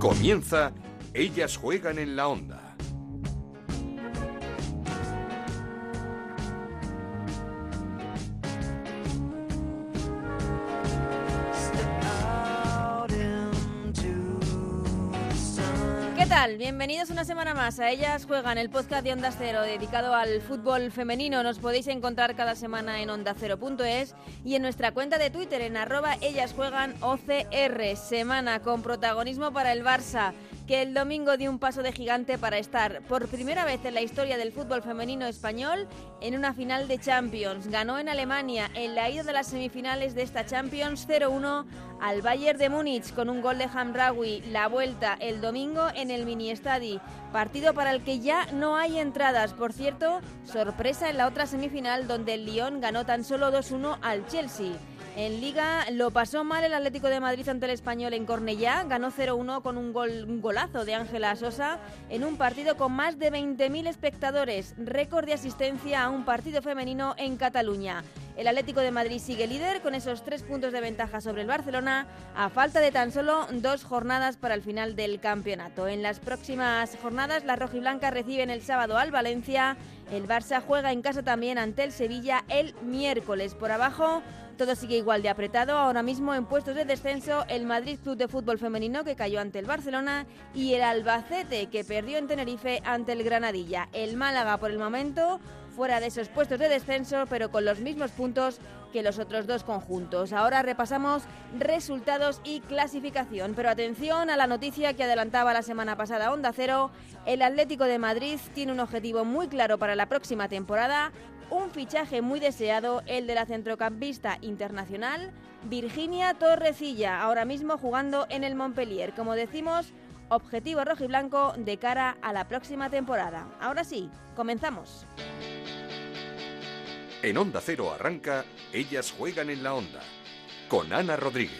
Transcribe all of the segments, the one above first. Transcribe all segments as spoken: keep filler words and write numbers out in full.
Comienza Ellas Juegan en la Onda. ¿Qué tal? Bienvenidos una semana más a Ellas Juegan, el podcast de Onda Cero dedicado al fútbol femenino. Nos podéis encontrar cada semana en onda cero punto es y en nuestra cuenta de Twitter en arroba Ellas Juegan O C R. Semana con protagonismo para el Barça, que el domingo dio un paso de gigante para estar por primera vez en la historia del fútbol femenino español en una final de Champions. Ganó en Alemania en la ida de las semifinales de esta Champions cero uno al Bayern de Múnich con un gol de Hamraoui. La vuelta el domingo en el Mini Estadi, partido para el que ya no hay entradas. Por cierto, sorpresa en la otra semifinal donde el Lyon ganó tan solo dos uno al Chelsea. En Liga lo pasó mal el Atlético de Madrid ante el Español en Cornellá, ganó cero uno con un, gol, un golazo de Ángela Sosa en un partido con más de veinte mil espectadores, récord de asistencia a un partido femenino en Cataluña. El Atlético de Madrid sigue líder con esos tres puntos de ventaja sobre el Barcelona, a falta de tan solo dos jornadas para el final del campeonato. En las próximas jornadas, las rojiblancas reciben el sábado al Valencia. El Barça juega en casa también ante el Sevilla el miércoles. Por abajo, todo sigue igual de apretado. Ahora mismo en puestos de descenso, el Madrid Club de Fútbol Femenino, que cayó ante el Barcelona, y el Albacete, que perdió en Tenerife ante el Granadilla. El Málaga, por el momento, fuera de esos puestos de descenso, pero con los mismos puntos que los otros dos conjuntos. Ahora repasamos resultados y clasificación, pero atención a la noticia que adelantaba la semana pasada Onda Cero. El Atlético de Madrid tiene un objetivo muy claro para la próxima temporada, un fichaje muy deseado, el de la centrocampista internacional Virginia Torrecilla, ahora mismo jugando en el Montpellier. Como decimos, objetivo rojiblanco de cara a la próxima temporada. Ahora sí, comenzamos. En Onda Cero arranca Ellas Juegan en la Onda, con Ana Rodríguez.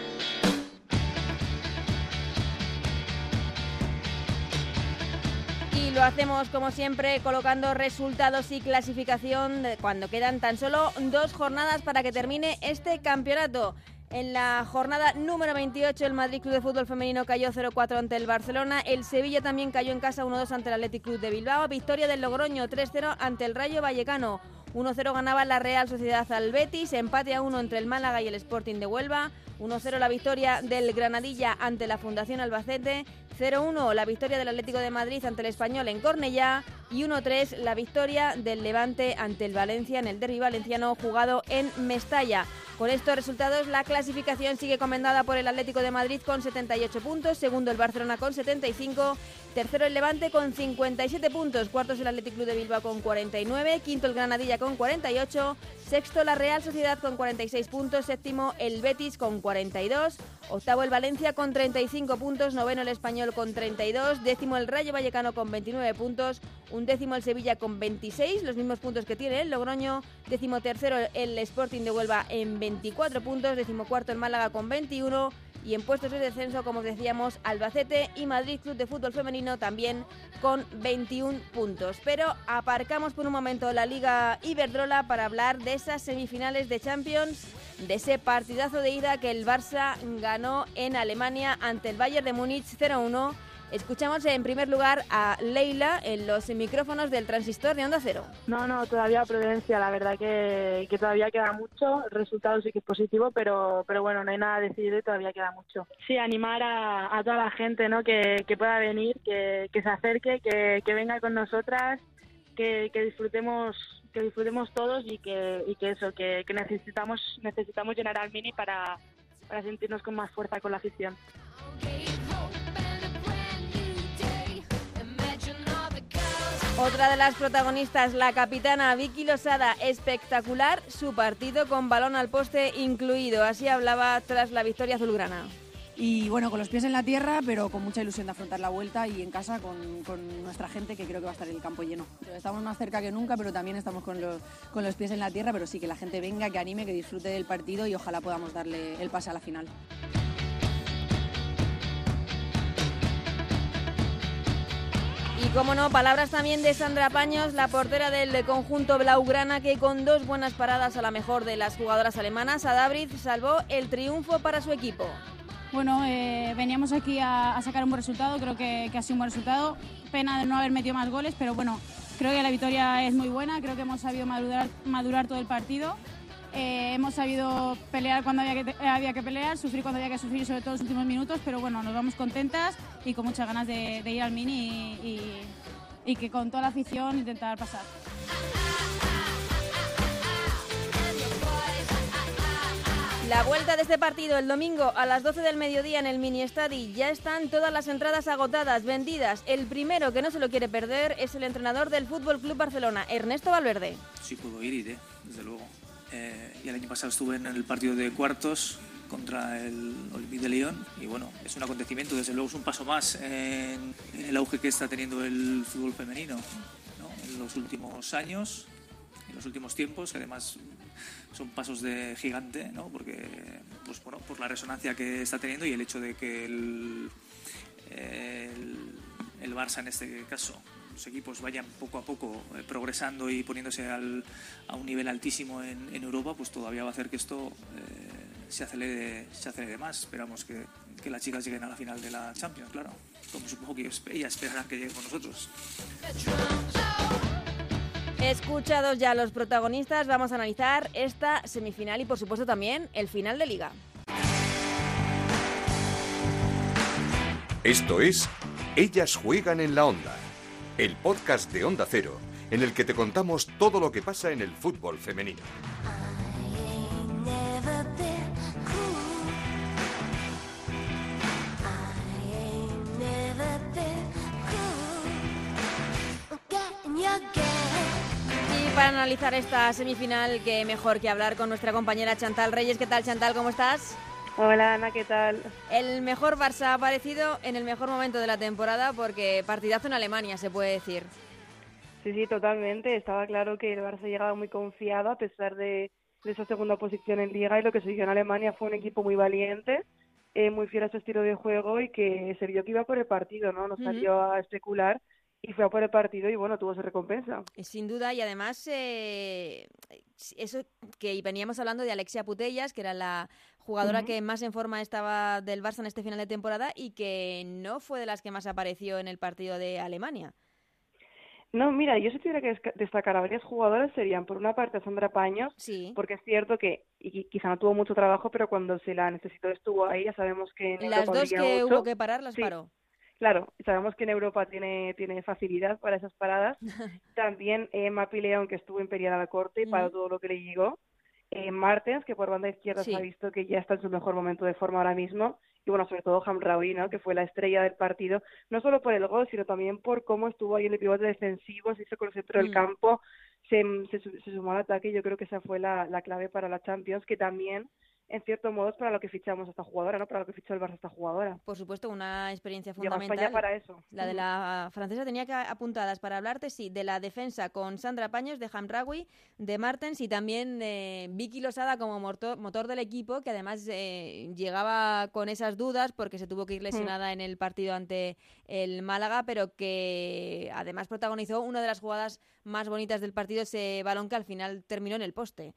Y lo hacemos como siempre colocando resultados y clasificación de cuando quedan tan solo dos jornadas para que termine este campeonato. En la jornada número veintiocho, el Madrid Club de Fútbol Femenino cayó cero cuatro ante el Barcelona. El Sevilla también cayó en casa uno dos ante el Athletic Club de Bilbao. Victoria del Logroño tres cero ante el Rayo Vallecano. uno cero ganaba la Real Sociedad al Betis. Empate a uno entre el Málaga y el Sporting de Huelva. uno cero la victoria del Granadilla ante la Fundación Albacete. cero uno la victoria del Atlético de Madrid ante el Español en Cornellá. Y uno tres la victoria del Levante ante el Valencia en el derbi valenciano jugado en Mestalla. Con estos resultados, la clasificación sigue comandada por el Atlético de Madrid con setenta y ocho puntos, segundo el Barcelona con setenta y cinco, tercero el Levante con cincuenta y siete puntos, cuarto es el Athletic Club de Bilbao con cuarenta y nueve, quinto el Granadilla con cuarenta y ocho, sexto la Real Sociedad con cuarenta y seis puntos, séptimo el Betis con cuarenta y dos, octavo el Valencia con treinta y cinco puntos, noveno el Español con treinta y dos, décimo el Rayo Vallecano con veintinueve puntos, undécimo el Sevilla con veintiséis, los mismos puntos que tiene el Logroño, décimo tercero el Sporting de Huelva en veinticuatro puntos, decimocuarto el Málaga con veintiuno y en puestos de descenso, como decíamos, Albacete y Madrid Club de Fútbol Femenino también con veintiún puntos. Pero aparcamos por un momento la Liga Iberdrola para hablar de esas semifinales de Champions, de ese partidazo de ida que el Barça ganó en Alemania ante el Bayern de Múnich cero uno. Escuchamos en primer lugar a Leila en los micrófonos del transistor de Onda Cero. No, no, todavía prudencia, la verdad que, que todavía queda mucho, el resultado sí que es positivo, pero pero bueno, no hay nada decidido y todavía queda mucho. Sí, animar a, a toda la gente, ¿no? que, que pueda venir, que, que se acerque, que, que venga con nosotras, que, que disfrutemos que disfrutemos todos y que, y que eso, que, que necesitamos necesitamos llenar al Mini para, para sentirnos con más fuerza con la afición. Otra de las protagonistas, la capitana Vicky Losada, espectacular su partido con balón al poste incluido. Así hablaba tras la victoria azulgrana. Y bueno, con los pies en la tierra, pero con mucha ilusión de afrontar la vuelta y en casa con, con nuestra gente, que creo que va a estar el campo lleno. Estamos más cerca que nunca, pero también estamos con los, con los pies en la tierra, pero sí que la gente venga, que anime, que disfrute del partido y ojalá podamos darle el pase a la final. Y como no, palabras también de Sandra Paños, la portera del conjunto blaugrana, que con dos buenas paradas a la mejor de las jugadoras alemanas, Adabriz salvó el triunfo para su equipo. Bueno, eh, veníamos aquí a, a sacar un buen resultado, creo que, que ha sido un buen resultado. Pena de no haber metido más goles, pero bueno, creo que la victoria es muy buena, creo que hemos sabido madurar, madurar todo el partido. Eh, hemos sabido pelear cuando había que, había que pelear, sufrir cuando había que sufrir, sobre todo en los últimos minutos, pero bueno, nos vamos contentas y con muchas ganas de, de ir al Mini y, y, y que con toda la afición intentar pasar. La vuelta de este partido el domingo a las doce del mediodía en el Mini Estadi. Ya están todas las entradas agotadas, vendidas. El primero que no se lo quiere perder es el entrenador del F C Barcelona, Ernesto Valverde. Sí puedo ir, iré, desde luego. Eh, y el año pasado estuve en el partido de cuartos contra el Olympique de Lyon y bueno, es un acontecimiento, desde luego es un paso más en, en el auge que está teniendo el fútbol femenino, ¿no? En los últimos años, en los últimos tiempos, que además son pasos de gigante, ¿no? Porque pues bueno, por la resonancia que está teniendo y el hecho de que el, el, el Barça en este caso, los equipos vayan poco a poco eh, progresando y poniéndose al, a un nivel altísimo en, en Europa, pues todavía va a hacer que esto eh, se acelere, se acelere más. Esperamos que, que las chicas lleguen a la final de la Champions, claro, como supongo que ellas esperarán que lleguen con nosotros. Escuchados ya los protagonistas, vamos a analizar esta semifinal y por supuesto también el final de Liga. Esto es Ellas juegan en la Onda, el podcast de Onda Cero, en el que te contamos todo lo que pasa en el fútbol femenino. Y para analizar esta semifinal, qué mejor que hablar con nuestra compañera Chantal Reyes. ¿Qué tal, Chantal? ¿Cómo estás? Hola, Ana, ¿qué tal? El mejor Barça ha aparecido en el mejor momento de la temporada porque partidazo en Alemania, se puede decir. Sí, sí, totalmente. Estaba claro que el Barça llegaba muy confiado a pesar de, de esa segunda posición en Liga, y lo que se vio en Alemania fue un equipo muy valiente, eh, muy fiel a su estilo de juego y que se vio que iba por el partido, ¿no? No salió uh-huh. a especular y fue a por el partido y bueno, tuvo su recompensa. Sin duda, y además eh, eso que veníamos hablando de Alexia Putellas, que era la jugadora uh-huh. que más en forma estaba del Barça en este final de temporada y que no fue de las que más apareció en el partido de Alemania. No, mira, yo si tuviera que destacar a varias jugadoras serían, por una parte, a Sandra Paños, sí. porque es cierto que y quizá no tuvo mucho trabajo, pero cuando se la necesitó estuvo ahí. Ya sabemos que en las Europa dos que mucho. hubo que parar las sí. paró. Claro, sabemos que en Europa tiene tiene facilidad para esas paradas. También eh, Mapi León, que estuvo en Periana de Corte y paró uh-huh. todo lo que le llegó. Eh, Martens, que por banda izquierda sí. se ha visto que ya está en su mejor momento de forma ahora mismo. Y bueno, sobre todo Hamraoui, ¿no? Que fue la estrella del partido, no solo por el gol, sino también por cómo estuvo ahí en el pivote defensivo, se hizo con el centro mm. del campo, se, se, se sumó al ataque, y yo creo que esa fue la, la clave para la Champions, que también, en cierto modo, es para lo que fichamos a esta jugadora, ¿no? Para lo que fichó el Barça a esta jugadora. Por supuesto, una experiencia fundamental. Llegó a España para eso. La de la francesa tenía que apuntadas para hablarte, sí, de la defensa con Sandra Paños, de Hamraoui, de Martens y también de Vicky Losada como motor, motor del equipo, que además eh, llegaba con esas dudas porque se tuvo que ir lesionada mm. en el partido ante el Málaga, pero que además protagonizó una de las jugadas más bonitas del partido, ese balón que al final terminó en el poste.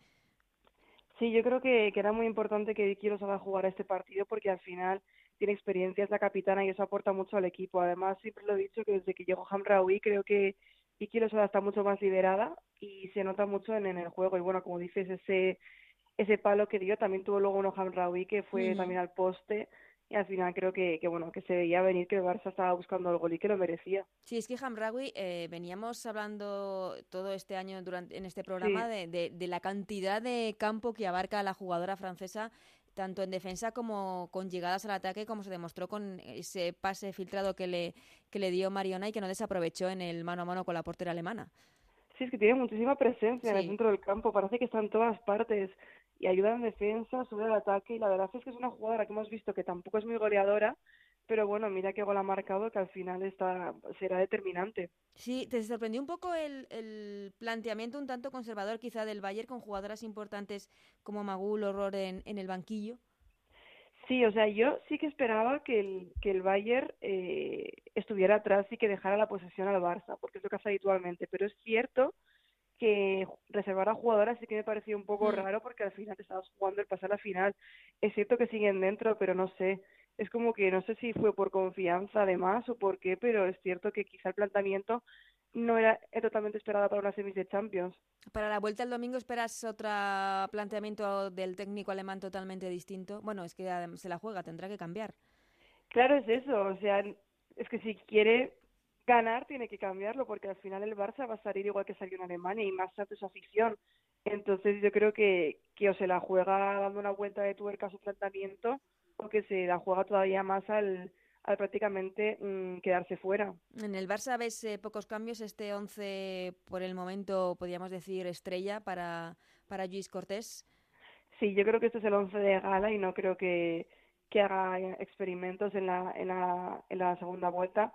Sí, yo creo que, que era muy importante que Vicky Losada jugara este partido porque al final tiene experiencia, es la capitana y eso aporta mucho al equipo. Además, siempre lo he dicho que desde que llegó Hamraoui creo que Vicky Losada está mucho más liberada y se nota mucho en, en el juego. Y bueno, como dices, ese ese palo que dio también tuvo luego uno Hamraoui que fue uh-huh. también al poste. Y al final creo que, que bueno que se veía venir que el Barça estaba buscando el gol y que lo merecía. Sí, es que Hamraoui, eh, veníamos hablando todo este año durante en este programa sí. de, de, de la cantidad de campo que abarca la jugadora francesa, tanto en defensa como con llegadas al ataque, como se demostró con ese pase filtrado que le, que le dio Mariona y que no desaprovechó en el mano a mano con la portera alemana. Sí, es que tiene muchísima presencia sí. en el centro del campo, parece que está en todas partes y ayuda en defensa, sube al ataque y la verdad es que es una jugadora que hemos visto que tampoco es muy goleadora, pero bueno, mira qué gol ha marcado que al final está, será determinante. Sí, ¿te sorprendió un poco el, el planteamiento un tanto conservador quizá del Bayern con jugadoras importantes como Magul o Rohr en, en el banquillo? Sí, o sea, yo sí que esperaba que el, que el Bayern eh, estuviera atrás y que dejara la posesión al Barça, porque es lo que hace habitualmente, pero es cierto que reservar a jugadoras sí que me pareció un poco mm. raro porque al final te estabas jugando el pasar a la final. Es cierto que siguen dentro, pero no sé, es como que no sé si fue por confianza además o por qué, pero es cierto que quizá el planteamiento no era totalmente esperado para una semis de Champions. Para la vuelta el domingo, ¿esperas otro planteamiento del técnico alemán totalmente distinto? Bueno, es que se la juega, tendrá que cambiar. Claro, es eso, o sea, es que si quiere ganar tiene que cambiarlo, porque al final el Barça va a salir igual que salió en Alemania y más ante su afición. Entonces yo creo que, que o se la juega dando una vuelta de tuerca a su planteamiento o que se la juega todavía más al, al prácticamente mmm, quedarse fuera. En el Barça ves eh, pocos cambios, este once por el momento podríamos decir estrella para, para Lluís Cortés. Sí, yo creo que este es el once de gala y no creo que, que haga experimentos en la, en la, en la segunda vuelta.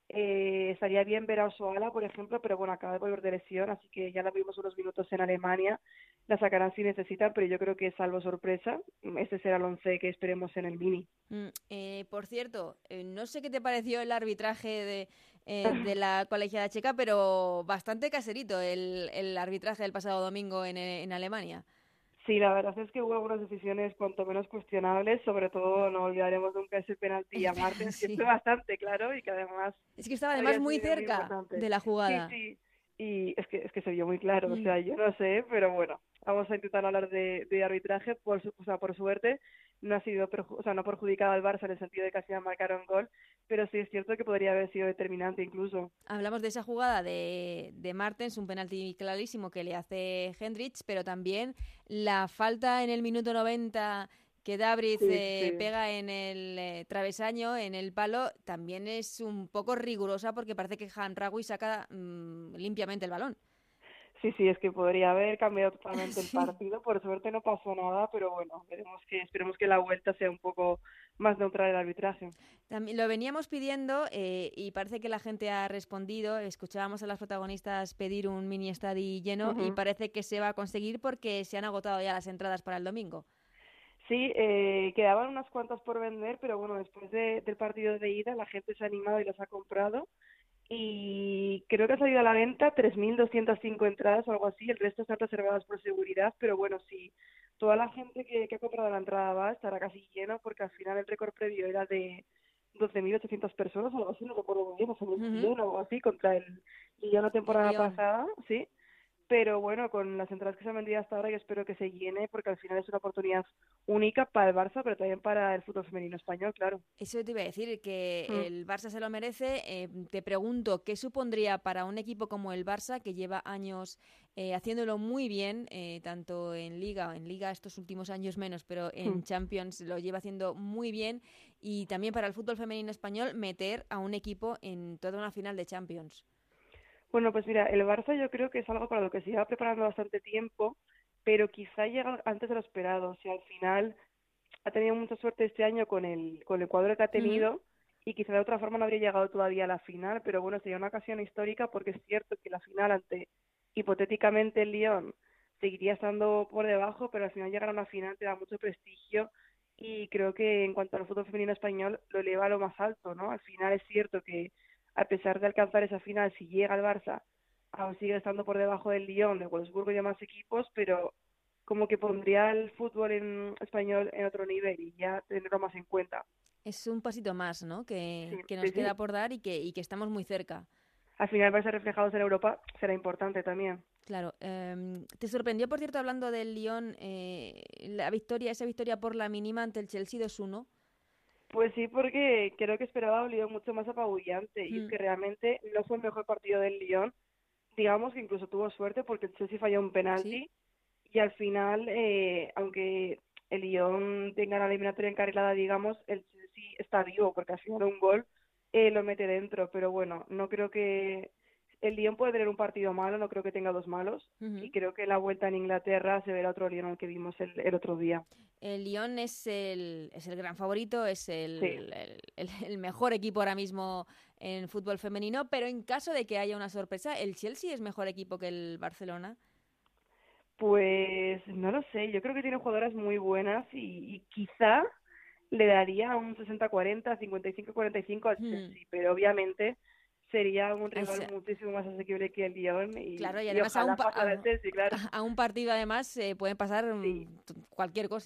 Eh, estaría bien ver a Osoala, por ejemplo, pero bueno, acaba de volver de lesión, así que ya la vimos unos minutos en Alemania, la sacarán si necesitan, pero yo creo que salvo sorpresa, este será el once que esperemos en el Mini. Mm, eh, por cierto, eh, no sé qué te pareció el arbitraje de, eh, de la colegiada checa, pero bastante caserito el, el arbitraje del pasado domingo en, en Alemania. Sí, la verdad es que hubo algunas decisiones cuanto menos cuestionables, sobre todo no olvidaremos nunca ese penalti a Martens, sí. que fue bastante claro y que además... Es que estaba además muy cerca muy de la jugada. Sí, sí, y es que, es que se vio muy claro, mm. o sea, yo no sé, pero bueno, vamos a intentar hablar de, de arbitraje, por, su, o sea, por suerte no ha sido, perju- o sea, no perjudicado al Barça en el sentido de que así marcaron gol, pero sí es cierto que podría haber sido determinante incluso. Hablamos de esa jugada de, de Martens, un penalti clarísimo que le hace Hendricks, pero también la falta en el minuto noventa que Dabriz sí, eh, sí. pega en el eh, travesaño, en el palo, también es un poco rigurosa porque parece que Hanraoui saca mmm, limpiamente el balón. Sí, sí, es que podría haber cambiado totalmente el partido. Por suerte no pasó nada, pero bueno, veremos que, esperemos que la vuelta sea un poco más neutral el arbitraje. También lo veníamos pidiendo eh, y parece que la gente ha respondido. Escuchábamos a las protagonistas pedir un mini estadio lleno uh-huh. y parece que se va a conseguir porque se han agotado ya las entradas para el domingo. Sí, eh, quedaban unas cuantas por vender, pero bueno, después de, del partido de ida la gente se ha animado y las ha comprado. Y creo que ha salido a la venta tres mil doscientas cinco entradas o algo así, el resto están reservadas por seguridad, pero bueno, sí, toda la gente que, que ha comprado la entrada va estará casi lleno porque al final el récord previo era de doce mil ochocientas personas, algo así, no recuerdo muy bien, o sea, uh-huh. o algo así, contra el Lyon la temporada pasada, sí. Pero bueno, con las entradas que se han vendido hasta ahora yo espero que se llene porque al final es una oportunidad única para el Barça, pero también para el fútbol femenino español, claro. Eso te iba a decir, que mm. el Barça se lo merece. Eh, te pregunto, ¿qué supondría para un equipo como el Barça, que lleva años eh, haciéndolo muy bien, eh, tanto en Liga, en Liga estos últimos años menos, pero en mm. Champions lo lleva haciendo muy bien, y también para el fútbol femenino español meter a un equipo en toda una final de Champions? Bueno, pues mira, el Barça yo creo que es algo para lo que se lleva preparando bastante tiempo, pero quizá llega antes de lo esperado. O sea, al final ha tenido mucha suerte este año con el con el cuadro que ha tenido uh-huh. y quizá de otra forma no habría llegado todavía a la final, pero bueno, sería una ocasión histórica porque es cierto que la final ante, hipotéticamente, el Lyon seguiría estando por debajo, pero al final llegar a una final te da mucho prestigio y creo que en cuanto al fútbol femenino español lo eleva a lo más alto, ¿no? Al final es cierto que a pesar de alcanzar esa final, si llega el Barça, aún sigue estando por debajo del Lyon, de Wolfsburgo y demás equipos, pero como que pondría el fútbol en español en otro nivel y ya tenerlo más en cuenta. Es un pasito más, ¿no?, que, sí, que nos sí, queda sí. por dar y que, y que estamos muy cerca. Al final, verse reflejados en Europa será importante también. Claro. Eh, ¿Te sorprendió, por cierto, hablando del Lyon, eh, la victoria, esa victoria por la mínima ante el Chelsea dos uno? Pues sí, porque creo que esperaba un Lyon mucho más apabullante mm. y es que realmente no fue el mejor partido del Lyon. Digamos que incluso tuvo suerte porque el Chelsea falló un penalti ¿Sí? y al final, eh, aunque el Lyon tenga la eliminatoria encarrilada, digamos, el Chelsea está vivo porque al final un gol eh, lo mete dentro. Pero bueno, no creo que... El Lyon puede tener un partido malo, no creo que tenga dos malos, uh-huh. y creo que la vuelta en Inglaterra se verá otro Lyon al que vimos el, el otro día. El Lyon es el, es el gran favorito, es el, sí. el, el, el mejor equipo ahora mismo en fútbol femenino, pero en caso de que haya una sorpresa, ¿el Chelsea es mejor equipo que el Barcelona? Pues no lo sé, yo creo que tiene jugadoras muy buenas y, y quizá le daría un sesenta cuarenta, cincuenta y cinco cuarenta y cinco al Chelsea, hmm. pero obviamente... sería un rival Ese... muchísimo más asequible que el Lyon y, claro, y además y a, un pa- a, Chelsea, claro. a un partido además eh, pueden pasar sí. cualquier cosa.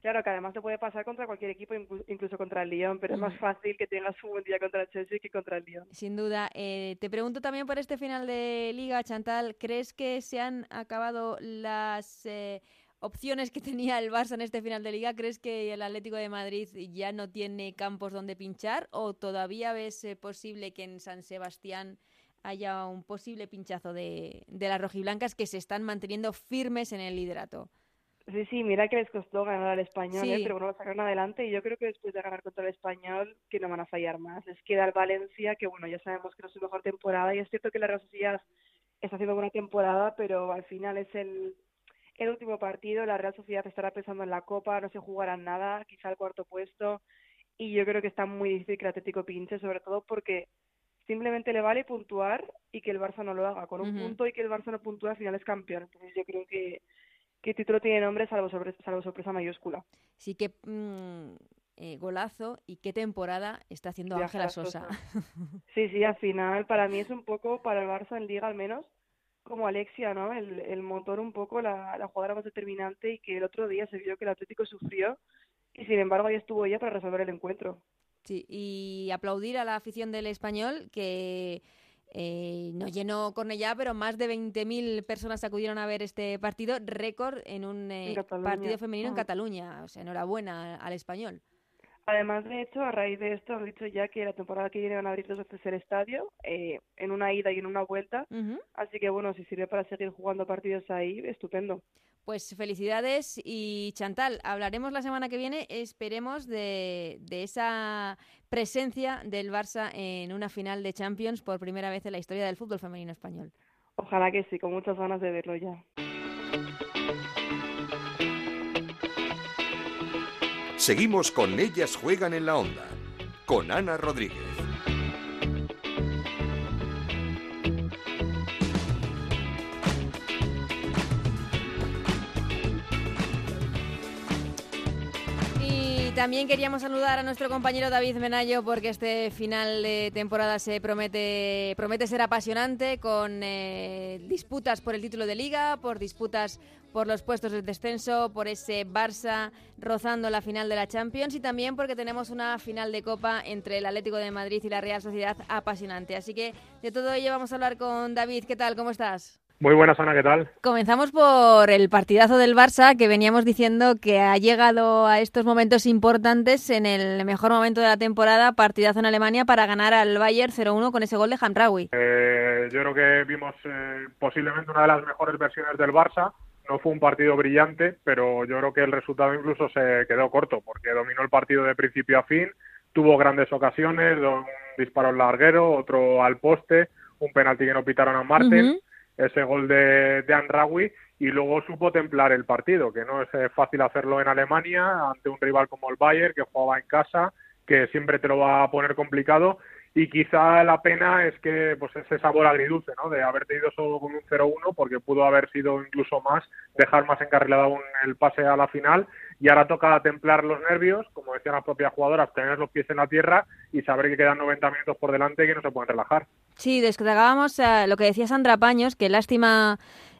Claro, que además te puede pasar contra cualquier equipo, incluso contra el Lyon, pero Mm. es más fácil que tengas un buen día contra el Chelsea que contra el Lyon. Sin duda. Eh, te pregunto también por este final de Liga, Chantal, ¿crees que se han acabado las eh, opciones que tenía el Barça en este final de Liga? ¿Crees que el Atlético de Madrid ya no tiene campos donde pinchar o todavía ves eh, posible que en San Sebastián haya un posible pinchazo de, de las rojiblancas que se están manteniendo firmes en el liderato? Sí, sí, mira que les costó ganar al Español, Sí. ¿eh? Pero bueno, lo sacaron adelante y yo creo que después de ganar contra el Español que no van a fallar más. Les queda el Valencia, que bueno, ya sabemos que no es su mejor temporada y es cierto que la Real Sociedad está haciendo buena temporada, pero al final es el, el último partido, la Real Sociedad estará pensando en la Copa, no se jugarán nada, quizá el cuarto puesto, y yo creo que está muy difícil que el Atlético pinche, sobre todo porque simplemente le vale puntuar y que el Barça no lo haga. Con un Ujú. punto y que el Barça no puntúe, al final es campeón. Entonces yo creo que que el título tiene nombre salvo, sobre, salvo sorpresa mayúscula. Sí que mm, eh, golazo y qué temporada está haciendo De Ángela Ángela Sosa. Sí, sí, al final para mí es un poco, para el Barça en Liga al menos, como Alexia, ¿no? El, el motor un poco, la, la jugadora más determinante y que el otro día se vio que el Atlético sufrió y sin embargo ahí estuvo ella para resolver el encuentro. Sí, y aplaudir a la afición del Español que eh, no llenó Cornellá, pero más de veinte mil personas acudieron a ver este partido, récord en un eh, En Cataluña. partido femenino en Ah. Cataluña. O sea, enhorabuena al Español. Además, de hecho, a raíz de esto han dicho ya que la temporada que viene van a abrir dos veces el estadio, eh, en una ida y en una vuelta. Uh-huh. Así que bueno, si sirve para seguir jugando partidos ahí, estupendo. Pues felicidades y Chantal, hablaremos la semana que viene, esperemos de, de esa presencia del Barça en una final de Champions por primera vez en la historia del fútbol femenino español. Ojalá que sí, con muchas ganas de verlo ya. Seguimos con Ellas Juegan en la Onda, con Ana Rodríguez. Y también queríamos saludar a nuestro compañero David Menayo porque este final de temporada se promete, promete ser apasionante con eh, disputas por el título de Liga, por disputas por los puestos de descenso, por ese Barça rozando la final de la Champions y también porque tenemos una final de Copa entre el Atlético de Madrid y la Real Sociedad apasionante. Así que de todo ello vamos a hablar con David. ¿Qué tal? ¿Cómo estás? Muy buenas, Ana, ¿qué tal? Comenzamos por el partidazo del Barça, que veníamos diciendo que ha llegado a estos momentos importantes en el mejor momento de la temporada, partidazo en Alemania para ganar al Bayern cero uno con ese gol de Hamraoui. Eh, yo creo que vimos eh, posiblemente una de las mejores versiones del Barça. No fue un partido brillante, pero yo creo que el resultado incluso se quedó corto, porque dominó el partido de principio a fin, tuvo grandes ocasiones, un disparo al larguero, otro al poste, un penalti que no pitaron a Martens, uh-huh. ese gol de, de Hamraoui, y luego supo templar el partido, que no es eh, fácil hacerlo en Alemania, ante un rival como el Bayern, que jugaba en casa, que siempre te lo va a poner complicado, y quizá la pena es que pues ese sabor agridulce, ¿no? De haberte ido solo con un cero uno, porque pudo haber sido incluso más, dejar más encarrilado aún el pase a la final, y ahora toca templar los nervios, como decían las propias jugadoras, tener los pies en la tierra y saber que quedan noventa minutos por delante y que no se pueden relajar. Sí, destacábamos uh, lo que decía Sandra Paños, que lástima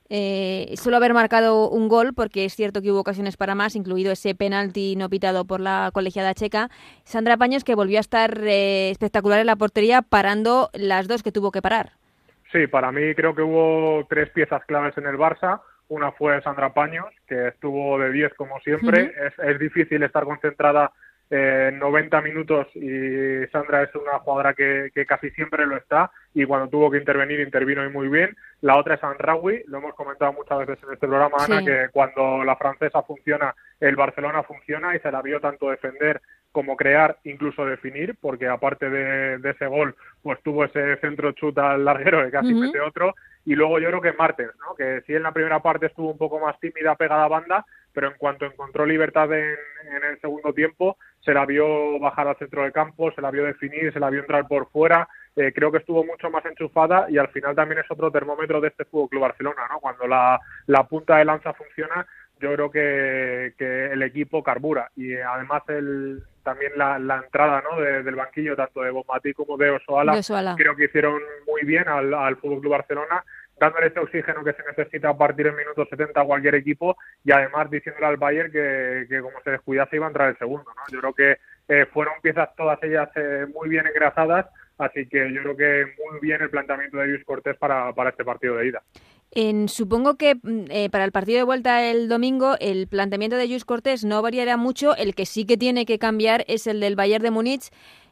eh, solo haber marcado un gol, porque es cierto que hubo ocasiones para más, incluido ese penalti no pitado por la colegiada checa. Sandra Paños, que volvió a estar eh, espectacular en la portería, parando las dos que tuvo que parar. Sí, para mí creo que hubo tres piezas claves en el Barça. Una fue Sandra Paños, que estuvo de diez como siempre. Uh-huh. Es, es difícil estar concentrada eh, noventa minutos y Sandra es una jugadora que, que casi siempre lo está y cuando tuvo que intervenir, intervino y muy bien. La otra es Hamraoui, lo hemos comentado muchas veces en este programa, Ana, sí. que cuando la francesa funciona, el Barcelona funciona y se la vio tanto defender como crear, incluso definir, porque aparte de, de ese gol, pues tuvo ese centro chuta al larguero que casi uh-huh. mete otro. Y luego yo creo que Martens, ¿no? Que sí en la primera parte estuvo un poco más tímida, pegada a banda, pero en cuanto encontró libertad en, en el segundo tiempo, se la vio bajar al centro del campo, se la vio definir, se la vio entrar por fuera. Eh, creo que estuvo mucho más enchufada y al final también es otro termómetro de este Fútbol Club Barcelona, ¿no? Cuando la, la punta de lanza funciona, yo creo que, que el equipo carbura y además el también la, la entrada, ¿no? de, del banquillo tanto de Bonmatí como de Osoala, de Osoala, creo que hicieron muy bien al, al Fútbol Club Barcelona dándole ese oxígeno que se necesita a partir del minuto setenta a cualquier equipo, y además diciéndole al Bayern que, que como se descuidase iba a entrar el segundo, ¿no? Yo creo que eh, fueron piezas todas ellas eh, muy bien engrasadas, así que yo creo que muy bien el planteamiento de Lluís Cortés para, para este partido de ida. En, supongo que eh, para el partido de vuelta el domingo el planteamiento de Lluís Cortés no variará mucho. El que sí que tiene que cambiar es el del Bayern de Múnich,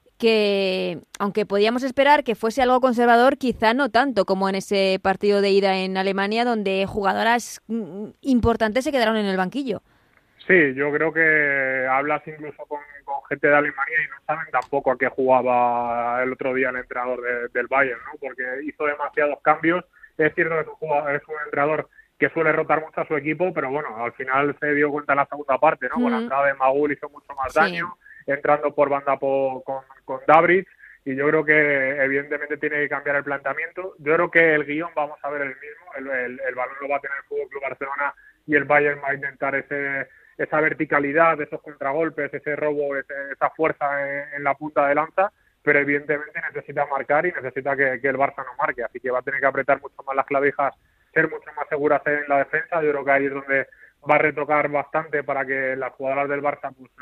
que aunque podíamos esperar que fuese algo conservador, quizá no tanto como en ese partido de ida en Alemania, donde jugadoras importantes se quedaron en el banquillo. Sí, yo creo que hablas incluso con, con gente de Alemania y no saben tampoco a qué jugaba el otro día el entrenador de, del Bayern, ¿no? Porque hizo demasiados cambios. Es cierto que es un, jugador, es un entrenador que suele rotar mucho a su equipo, pero bueno, al final se dio cuenta en la segunda parte, ¿no? Mm. Con la entrada de Magul hizo mucho más daño, sí. entrando por banda por, con, con Dabric, y yo creo que evidentemente tiene que cambiar el planteamiento. Yo creo que el guión vamos a ver el mismo, el, el, el balón lo va a tener el Fútbol Club Barcelona y el Bayern va a intentar ese esa verticalidad, esos contragolpes, ese robo, ese, esa fuerza en, en la punta de lanza, pero evidentemente necesita marcar y necesita que, que el Barça no marque, así que va a tener que apretar mucho más las clavijas, ser mucho más seguras en la defensa. Yo creo que ahí es donde va a retocar bastante para que las jugadoras del Barça pues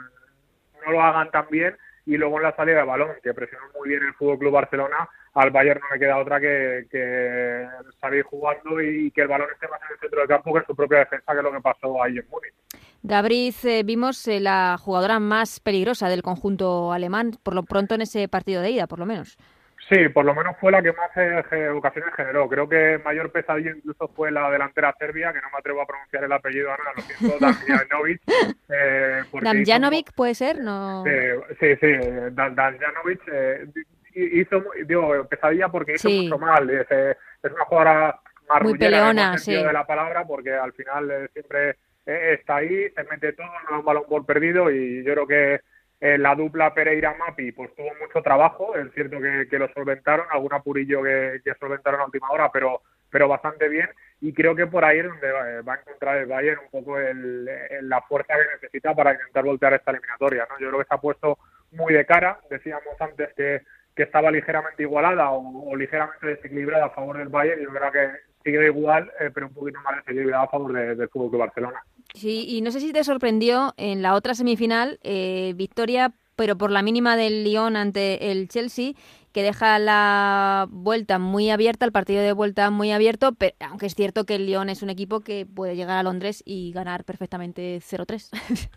no lo hagan tan bien, y luego en la salida de balón, que presionó muy bien el Fútbol Club Barcelona, al Bayern no le queda otra que, que salir jugando y que el balón esté más en el centro del campo que en su propia defensa, que es lo que pasó ahí en Múnich. Dabriz, eh, vimos eh, la jugadora más peligrosa del conjunto alemán, por lo pronto en ese partido de ida, por lo menos. Sí, por lo menos fue la que más eh, ocasiones generó. Creo que mayor pesadilla incluso fue la delantera serbia, que no me atrevo a pronunciar el apellido, Ana, lo siento, Damjanovic. Eh, ¿Damjanovic hizo... puede ser? No. Sí, sí, sí Damjanovic eh, hizo, digo, pesadilla porque hizo sí. mucho mal. Es, eh, es una jugadora marrullera en el sentido sí. de la palabra, porque al final eh, siempre eh, está ahí, se mete todo, no da un balón por perdido, y yo creo que Eh, la dupla Pereira-Mapi pues tuvo mucho trabajo. Es cierto que, que lo solventaron, algún apurillo que, que solventaron a última hora, pero pero bastante bien, y creo que por ahí es donde va, va a encontrar el Bayern un poco el, el, la fuerza que necesita para intentar voltear esta eliminatoria, ¿no? Yo creo que se ha puesto muy de cara. Decíamos antes que, que estaba ligeramente igualada o, o ligeramente desequilibrada a favor del Bayern, y yo creo que sigue igual, eh, pero un poquito más desequilibrada a favor de, del Fútbol Club Barcelona. Sí, y no sé si te sorprendió en la otra semifinal, eh, victoria, pero por la mínima del Lyon ante el Chelsea, que deja la vuelta muy abierta, el partido de vuelta muy abierto, pero, aunque es cierto que el Lyon es un equipo que puede llegar a Londres y ganar perfectamente cero tres.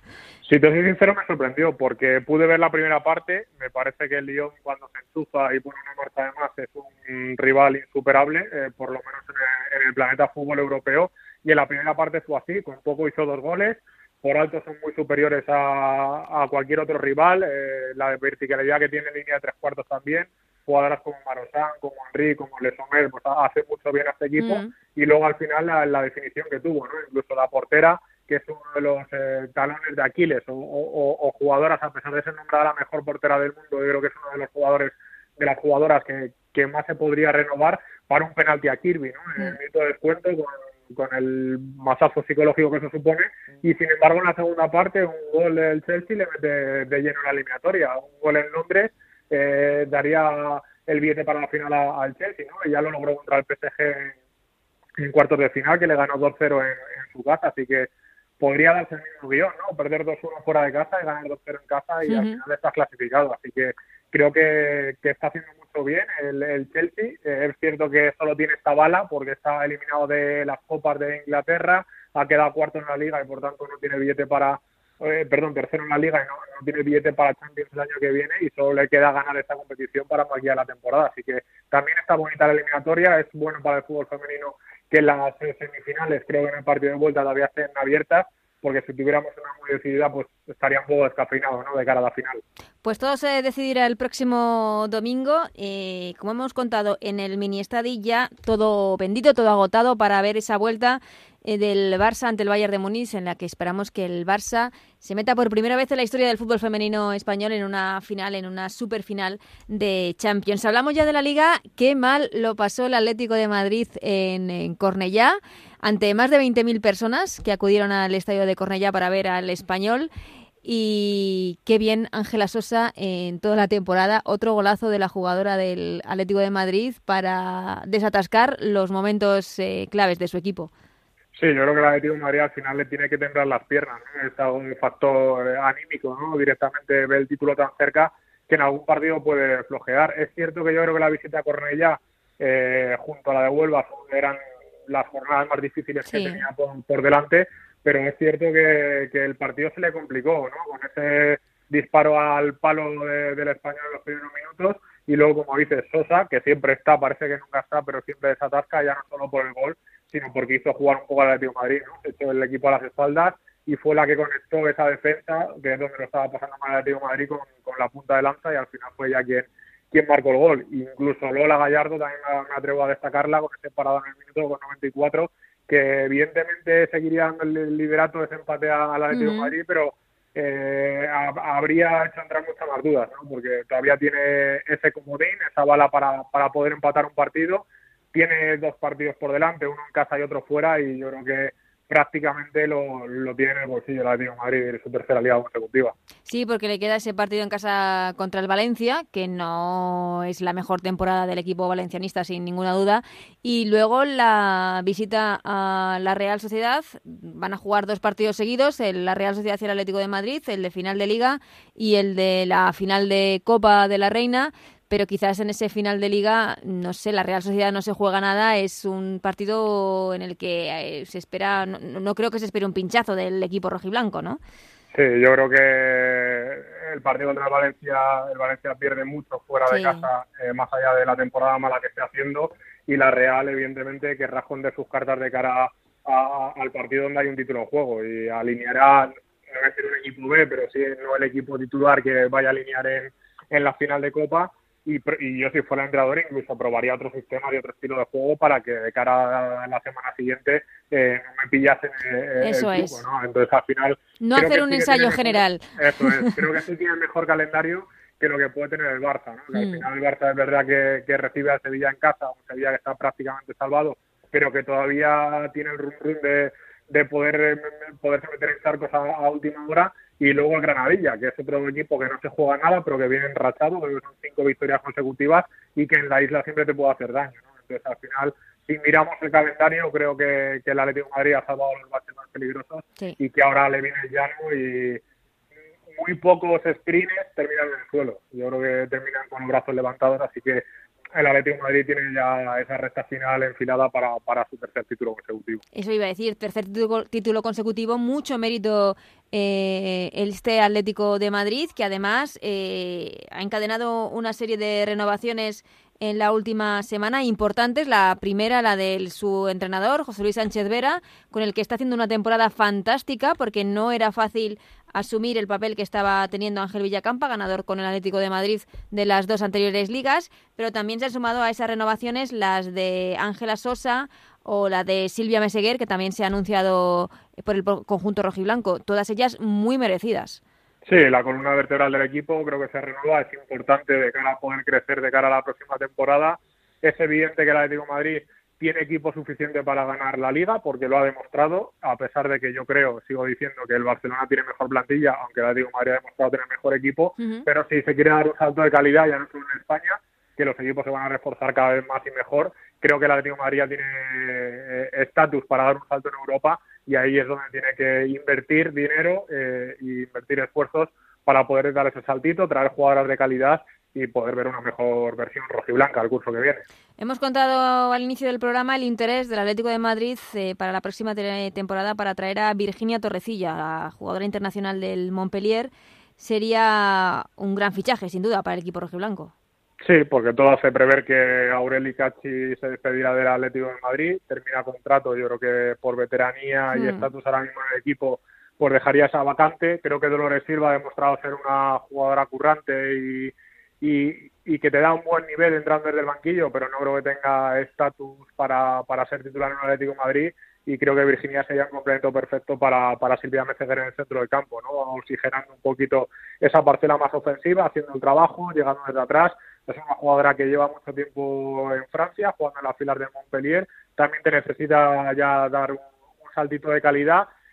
Si te soy sincero, me sorprendió, porque pude ver la primera parte. Me parece que el Lyon, cuando se enchufa y pone una marcha de más, es un rival insuperable, eh, por lo menos en el, en el planeta fútbol europeo, y en la primera parte fue así, con poco hizo dos goles. Por alto son muy superiores a, a cualquier otro rival, eh, la verticalidad que tiene en línea de tres cuartos también, jugadoras como Marosan, como Henry, como Le Sommer, pues hace mucho bien a este equipo, mm. y luego al final la, la definición que tuvo, ¿no? Incluso la portera, que es uno de los eh, talones de Aquiles, o, o, o jugadoras, a pesar de ser nombrada la mejor portera del mundo, yo creo que es uno de los jugadores, de las jugadoras que, que más se podría renovar para un penalti a Kirby, ¿no? En el minuto de descuento, con con el masazo psicológico que eso supone, y sin embargo en la segunda parte un gol del Chelsea le mete de lleno en la eliminatoria. Un gol en Londres eh, daría el billete para la final a, al Chelsea, ¿no? Y ya lo logró contra el P S G en, en cuartos de final, que le ganó dos cero en, en su casa, así que podría darse el mismo guión, ¿no? Perder dos uno fuera de casa y ganar dos cero en casa, y uh-huh. al final estás clasificado, así que creo que, que está haciendo mucho bien el, el Chelsea. Eh, es cierto que solo tiene esta bala porque está eliminado de las Copas de Inglaterra, ha quedado cuarto en la Liga y por tanto no tiene billete para, eh, perdón, tercero en la Liga y no, no tiene billete para Champions el año que viene, y solo le queda ganar esta competición para maquillar la temporada. Así que también está bonita la eliminatoria, es bueno para el fútbol femenino que las semifinales, creo que en el partido de vuelta todavía estén abiertas, porque si tuviéramos una muy decidida, pues estaría un poco descafeinado, ¿no?, de cara a la final. Pues todo se decidirá el próximo domingo. Eh, como hemos contado, en el mini estadio ya todo vendido, todo agotado para ver esa vuelta eh, del Barça ante el Bayern de Múnich, en la que esperamos que el Barça se meta por primera vez en la historia del fútbol femenino español en una final, en una superfinal de Champions. Hablamos ya de la Liga. Qué mal lo pasó el Atlético de Madrid en, en Cornellá, ante más de veinte mil personas que acudieron al estadio de Cornellá para ver al Español. Y qué bien Ángela Sosa en toda la temporada. Otro golazo de la jugadora del Atlético de Madrid para desatascar los momentos eh, claves de su equipo. Sí, yo creo que el Atlético de Madrid al final le tiene que temblar las piernas, ¿no? Es un factor anímico, ¿no? Directamente ve el título tan cerca que en algún partido puede flojear. Es cierto que yo creo que la visita a Cornellá eh, junto a la de Huelva eran las jornadas más difíciles sí. que tenía por, por delante, pero es cierto que, que el partido se le complicó, ¿no? Con ese disparo al palo de, del español en los primeros minutos y luego, como dices, Sosa, que siempre está, parece que nunca está, pero siempre desatasca, ya no solo por el gol, sino porque hizo jugar un poco al Atlético de Madrid, ¿no? Se echó el equipo a las espaldas y fue la que conectó esa defensa, que es donde lo estaba pasando mal el Atlético de Madrid, con, con la punta de lanza, y al final fue ya quien quien marcó el gol. Incluso Lola Gallardo también me atrevo a destacarla con ese parado en el minuto con noventa y cuatro, que evidentemente seguiría dando el liderato de ese empate al Atlético de uh-huh. Madrid, pero eh, a, habría hecho entrar muchas más dudas, ¿no? Porque todavía tiene ese comodín, esa bala para, para poder empatar un partido, tiene dos partidos por delante, uno en casa y otro fuera, y yo creo que prácticamente lo, lo tiene en el bolsillo el Atlético de Madrid en su tercera liga consecutiva. Sí, porque le queda ese partido en casa contra el Valencia, que no es la mejor temporada del equipo valencianista, sin ninguna duda, y luego la visita a la Real Sociedad. Van a jugar dos partidos seguidos, el, la Real Sociedad y el Atlético de Madrid, el de final de Liga y el de la final de Copa de la Reina. Pero quizás en ese final de Liga, no sé, la Real Sociedad no se juega nada, es un partido en el que eh, se espera, no, no creo que se espere un pinchazo del equipo rojiblanco, ¿no? Sí, yo creo que el partido contra el Valencia, el Valencia pierde mucho fuera sí. de casa, eh, más allá de la temporada mala que esté haciendo, y la Real evidentemente querrá esconder sus cartas de cara a, a, al partido donde hay un título en juego, y alineará, no voy a decir un equipo B, pero sí no el equipo titular que vaya a alinear en, en la final de Copa. Y, y yo, si fuera entrenador, incluso probaría otro sistema y otro estilo de juego para que de cara a la semana siguiente eh, no me pillasen el, Eso el es. truco, ¿no? Entonces, al final... No hacer un sí ensayo general. Mejor, eso es. Creo que sí tiene el mejor calendario que lo que puede tener el Barça, ¿no? Que mm. al final el Barça es verdad que, que recibe al Sevilla en casa, un Sevilla que está prácticamente salvado, pero que todavía tiene el rum rum de, de poder poderse meter en charcos a, a última hora. Y luego el Granadilla, que es otro equipo que no se juega nada, pero que viene enrachado, que son cinco victorias consecutivas y que en la isla siempre te puede hacer daño, ¿no? Entonces, al final, si miramos el calendario, creo que, que el Atlético de Madrid ha salvado los baches más peligrosos sí. y que ahora le viene el llano y muy pocos sprints terminan en el suelo. Yo creo que terminan con los brazos levantados, así que el Atlético de Madrid tiene ya esa recta final enfilada para, para su tercer título consecutivo. Eso iba a decir, tercer título, título consecutivo, mucho mérito eh, este Atlético de Madrid, que además eh, ha encadenado una serie de renovaciones en la última semana importantes. La primera, la de su entrenador, José Luis Sánchez Vera, con el que está haciendo una temporada fantástica, porque no era fácil asumir el papel que estaba teniendo Ángel Villacampa, ganador con el Atlético de Madrid de las dos anteriores ligas, pero también se han sumado a esas renovaciones las de Ángela Sosa o la de Silvia Meseguer, que también se ha anunciado por el conjunto rojiblanco, todas ellas muy merecidas. Sí, la columna vertebral del equipo creo que se renueva, es importante de cara a poder crecer de cara a la próxima temporada. Es evidente que el Atlético de Madrid tiene equipo suficiente para ganar la Liga, porque lo ha demostrado, a pesar de que yo creo, sigo diciendo que el Barcelona tiene mejor plantilla, aunque el Atlético de Madrid ha demostrado tener mejor equipo, uh-huh. pero si se quiere dar un salto de calidad, ya no solo en España, que los equipos se van a reforzar cada vez más y mejor, creo que el Atlético de Madrid ya tiene estatus eh, para dar un salto en Europa, y ahí es donde tiene que invertir dinero eh, y invertir esfuerzos para poder dar ese saltito, traer jugadoras de calidad y poder ver una mejor versión rojiblanca al curso que viene. Hemos contado al inicio del programa el interés del Atlético de Madrid eh, para la próxima te- temporada para traer a Virginia Torrecilla, la jugadora internacional del Montpellier. Sería un gran fichaje, sin duda, para el equipo rojiblanco. Sí, porque todo hace prever que Aureli Cachi se despedirá del Atlético de Madrid, termina contrato, yo creo que por veteranía y estatus mm. ahora mismo en el equipo, pues dejaría esa vacante. Creo que Dolores Silva ha demostrado ser una jugadora currante y, y, y que te da un buen nivel entrando desde el banquillo, pero no creo que tenga estatus para, para ser titular en el Atlético de Madrid, y creo que Virginia sería un complemento perfecto para, para Silvia Meseguer en el centro del campo, ¿no? Oxigenando un poquito esa parcela más ofensiva, haciendo el trabajo, llegando desde atrás. Es una jugadora que lleva mucho tiempo en Francia, jugando en las filas del Montpellier. También te necesita ya dar un, un saltito de calidad,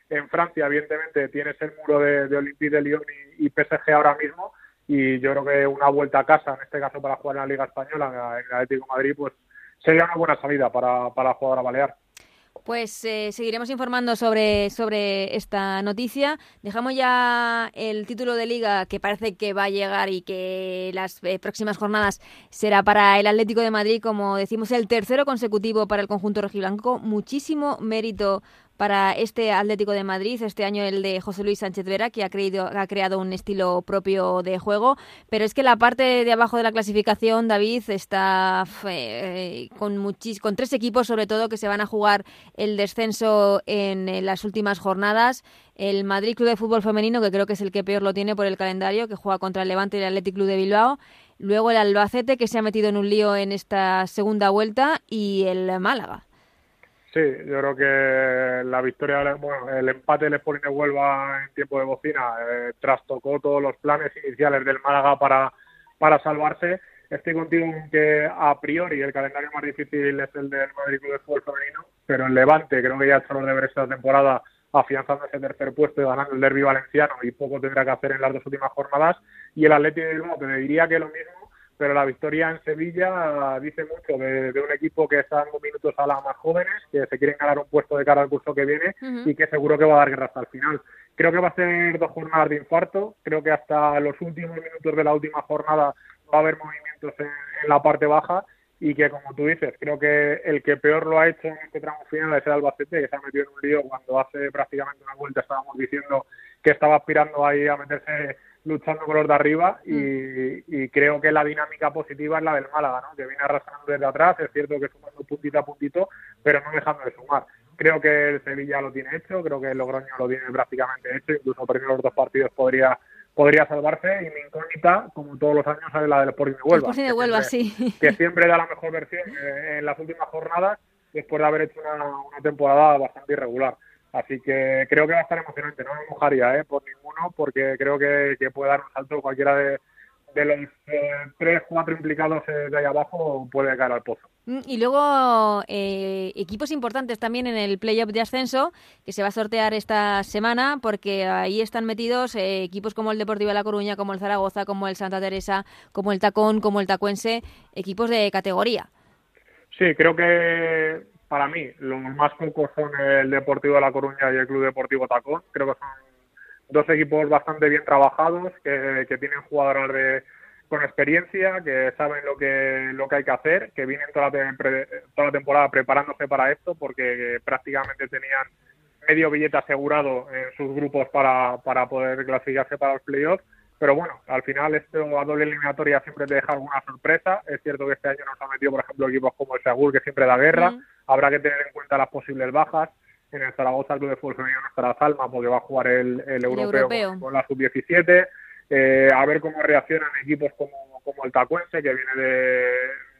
En Francia, evidentemente, tienes el muro de, de Olympique de Lyon y, y P S G ahora mismo, y yo creo que una vuelta a casa, en este caso para jugar en la Liga Española, en el Atlético de Madrid, pues sería una buena salida para, para la jugadora balear. Pues eh, seguiremos informando sobre, sobre esta noticia. Dejamos ya el título de Liga, que parece que va a llegar y que las eh, próximas jornadas será para el Atlético de Madrid, como decimos, el tercero consecutivo para el conjunto rojiblanco. Muchísimo mérito para este Atlético de Madrid, este año el de José Luis Sánchez Vera, que ha, creído, ha creado un estilo propio de juego, pero es que la parte de abajo de la clasificación, David, está eh, con, muchis, con tres equipos sobre todo que se van a jugar el descenso en, en las últimas jornadas. El Madrid Club de Fútbol Femenino, que creo que es el que peor lo tiene por el calendario, que juega contra el Levante y el Athletic Club de Bilbao. Luego el Albacete, que se ha metido en un lío en esta segunda vuelta, y el Málaga. Sí, yo creo que la victoria, bueno, el empate del Sporting de Huelva en tiempo de bocina eh, trastocó todos los planes iniciales del Málaga para, para salvarse. Estoy contigo en que a priori el calendario más difícil es el del Madrid Club de Fútbol Femenino, pero el Levante creo que ya ha hecho los deberes esta temporada afianzando ese tercer puesto y ganando el derbi valenciano, y poco tendrá que hacer en las dos últimas jornadas. Y el Atlético de Bilbao, te diría que lo mismo, pero la victoria en Sevilla dice mucho de, de un equipo que está dando minutos a las más jóvenes, que se quieren ganar un puesto de cara al curso que viene, uh-huh. y que seguro que va a dar guerra hasta el final. Creo que va a ser dos jornadas de infarto, creo que hasta los últimos minutos de la última jornada va a haber movimientos en, en la parte baja, y que, como tú dices, creo que el que peor lo ha hecho en este tramo final es el Albacete, que se ha metido en un lío cuando hace prácticamente una vuelta estábamos diciendo que estaba aspirando ahí a meterse luchando con los de arriba, y, mm. y creo que la dinámica positiva es la del Málaga, ¿no? Que viene arrastrando desde atrás, es cierto que sumando puntito a puntito, pero no dejando de sumar. Creo que el Sevilla lo tiene hecho, creo que el Logroño lo tiene prácticamente hecho, incluso perdiendo los dos partidos podría podría salvarse, y mi incógnita, como todos los años, es la del Sporting de Huelva. El Sporting de Huelva, siempre, sí. Que siempre da la mejor versión eh, en las últimas jornadas, después de haber hecho una, una temporada bastante irregular. Así que creo que va a estar emocionante. No me mojaría eh, por ninguno, porque creo que, que puede dar un salto cualquiera de, de los eh, tres, cuatro implicados eh, de ahí abajo, puede caer al pozo. Y luego eh, equipos importantes también en el play-off de ascenso, que se va a sortear esta semana, porque ahí están metidos eh, equipos como el Deportivo de La Coruña, como el Zaragoza, como el Santa Teresa, como el Tacón, como el Tacuense, equipos de categoría. Sí, creo que para mí los más pocos son el Deportivo de La Coruña y el Club Deportivo Tacón. Creo que son dos equipos bastante bien trabajados, que, que tienen jugadoras de con experiencia, que saben lo que lo que hay que hacer, que vienen toda la, pre, toda la temporada preparándose para esto, porque prácticamente tenían medio billete asegurado en sus grupos para, para poder clasificarse para los playoffs. Pero bueno, al final esto a doble eliminatoria siempre te deja alguna sorpresa. Es cierto que este año nos ha metido, por ejemplo, equipos como el Segur, que siempre da guerra. Mm. Habrá que tener en cuenta las posibles bajas. En el Zaragoza, el Club de Fútbol Femenino no estará Salma, porque va a jugar el, el, el europeo, europeo. Con, con la sub diecisiete. Eh, a ver cómo reaccionan equipos como, como el Tacuense, que viene de,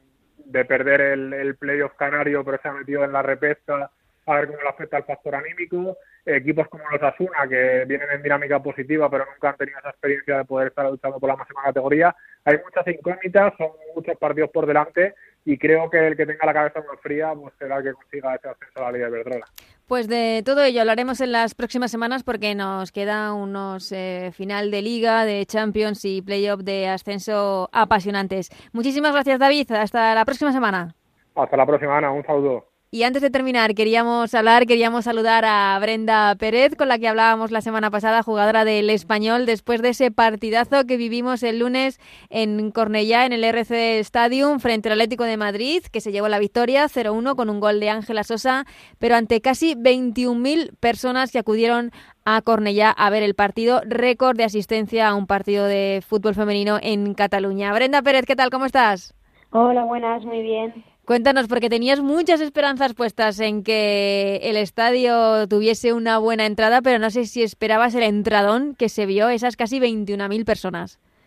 de perder el, el playoff canario, pero se ha metido en la repesca. A ver cómo le afecta el factor anímico. Equipos como los Asuna, que vienen en dinámica positiva, pero nunca han tenido esa experiencia de poder estar luchando por la máxima categoría. Hay muchas incógnitas, son muchos partidos por delante, y creo que el que tenga la cabeza más fría pues será el que consiga ese ascenso a la Liga Iberdrola. Pues de todo ello hablaremos en las próximas semanas, porque nos queda unos eh, final de Liga, de Champions y Playoff de ascenso apasionantes. Muchísimas gracias, David. Hasta la próxima semana. Hasta la próxima, Ana. Un saludo. Y antes de terminar, queríamos hablar, queríamos saludar a Brenda Pérez, con la que hablábamos la semana pasada, jugadora del Español, después de ese partidazo que vivimos el lunes en Cornellá, en el R C Stadium, frente al Atlético de Madrid, que se llevó la victoria cero uno con un gol de Ángela Sosa, pero ante casi veintiún mil personas que acudieron a Cornellá a ver el partido, récord de asistencia a un partido de fútbol femenino en Cataluña. Brenda Pérez, ¿qué tal? ¿Cómo estás? Hola, buenas, muy bien. Cuéntanos, porque tenías muchas esperanzas puestas en que el estadio tuviese una buena entrada, pero no sé si esperabas el entradón que se vio, esas casi veintiuna mil personas.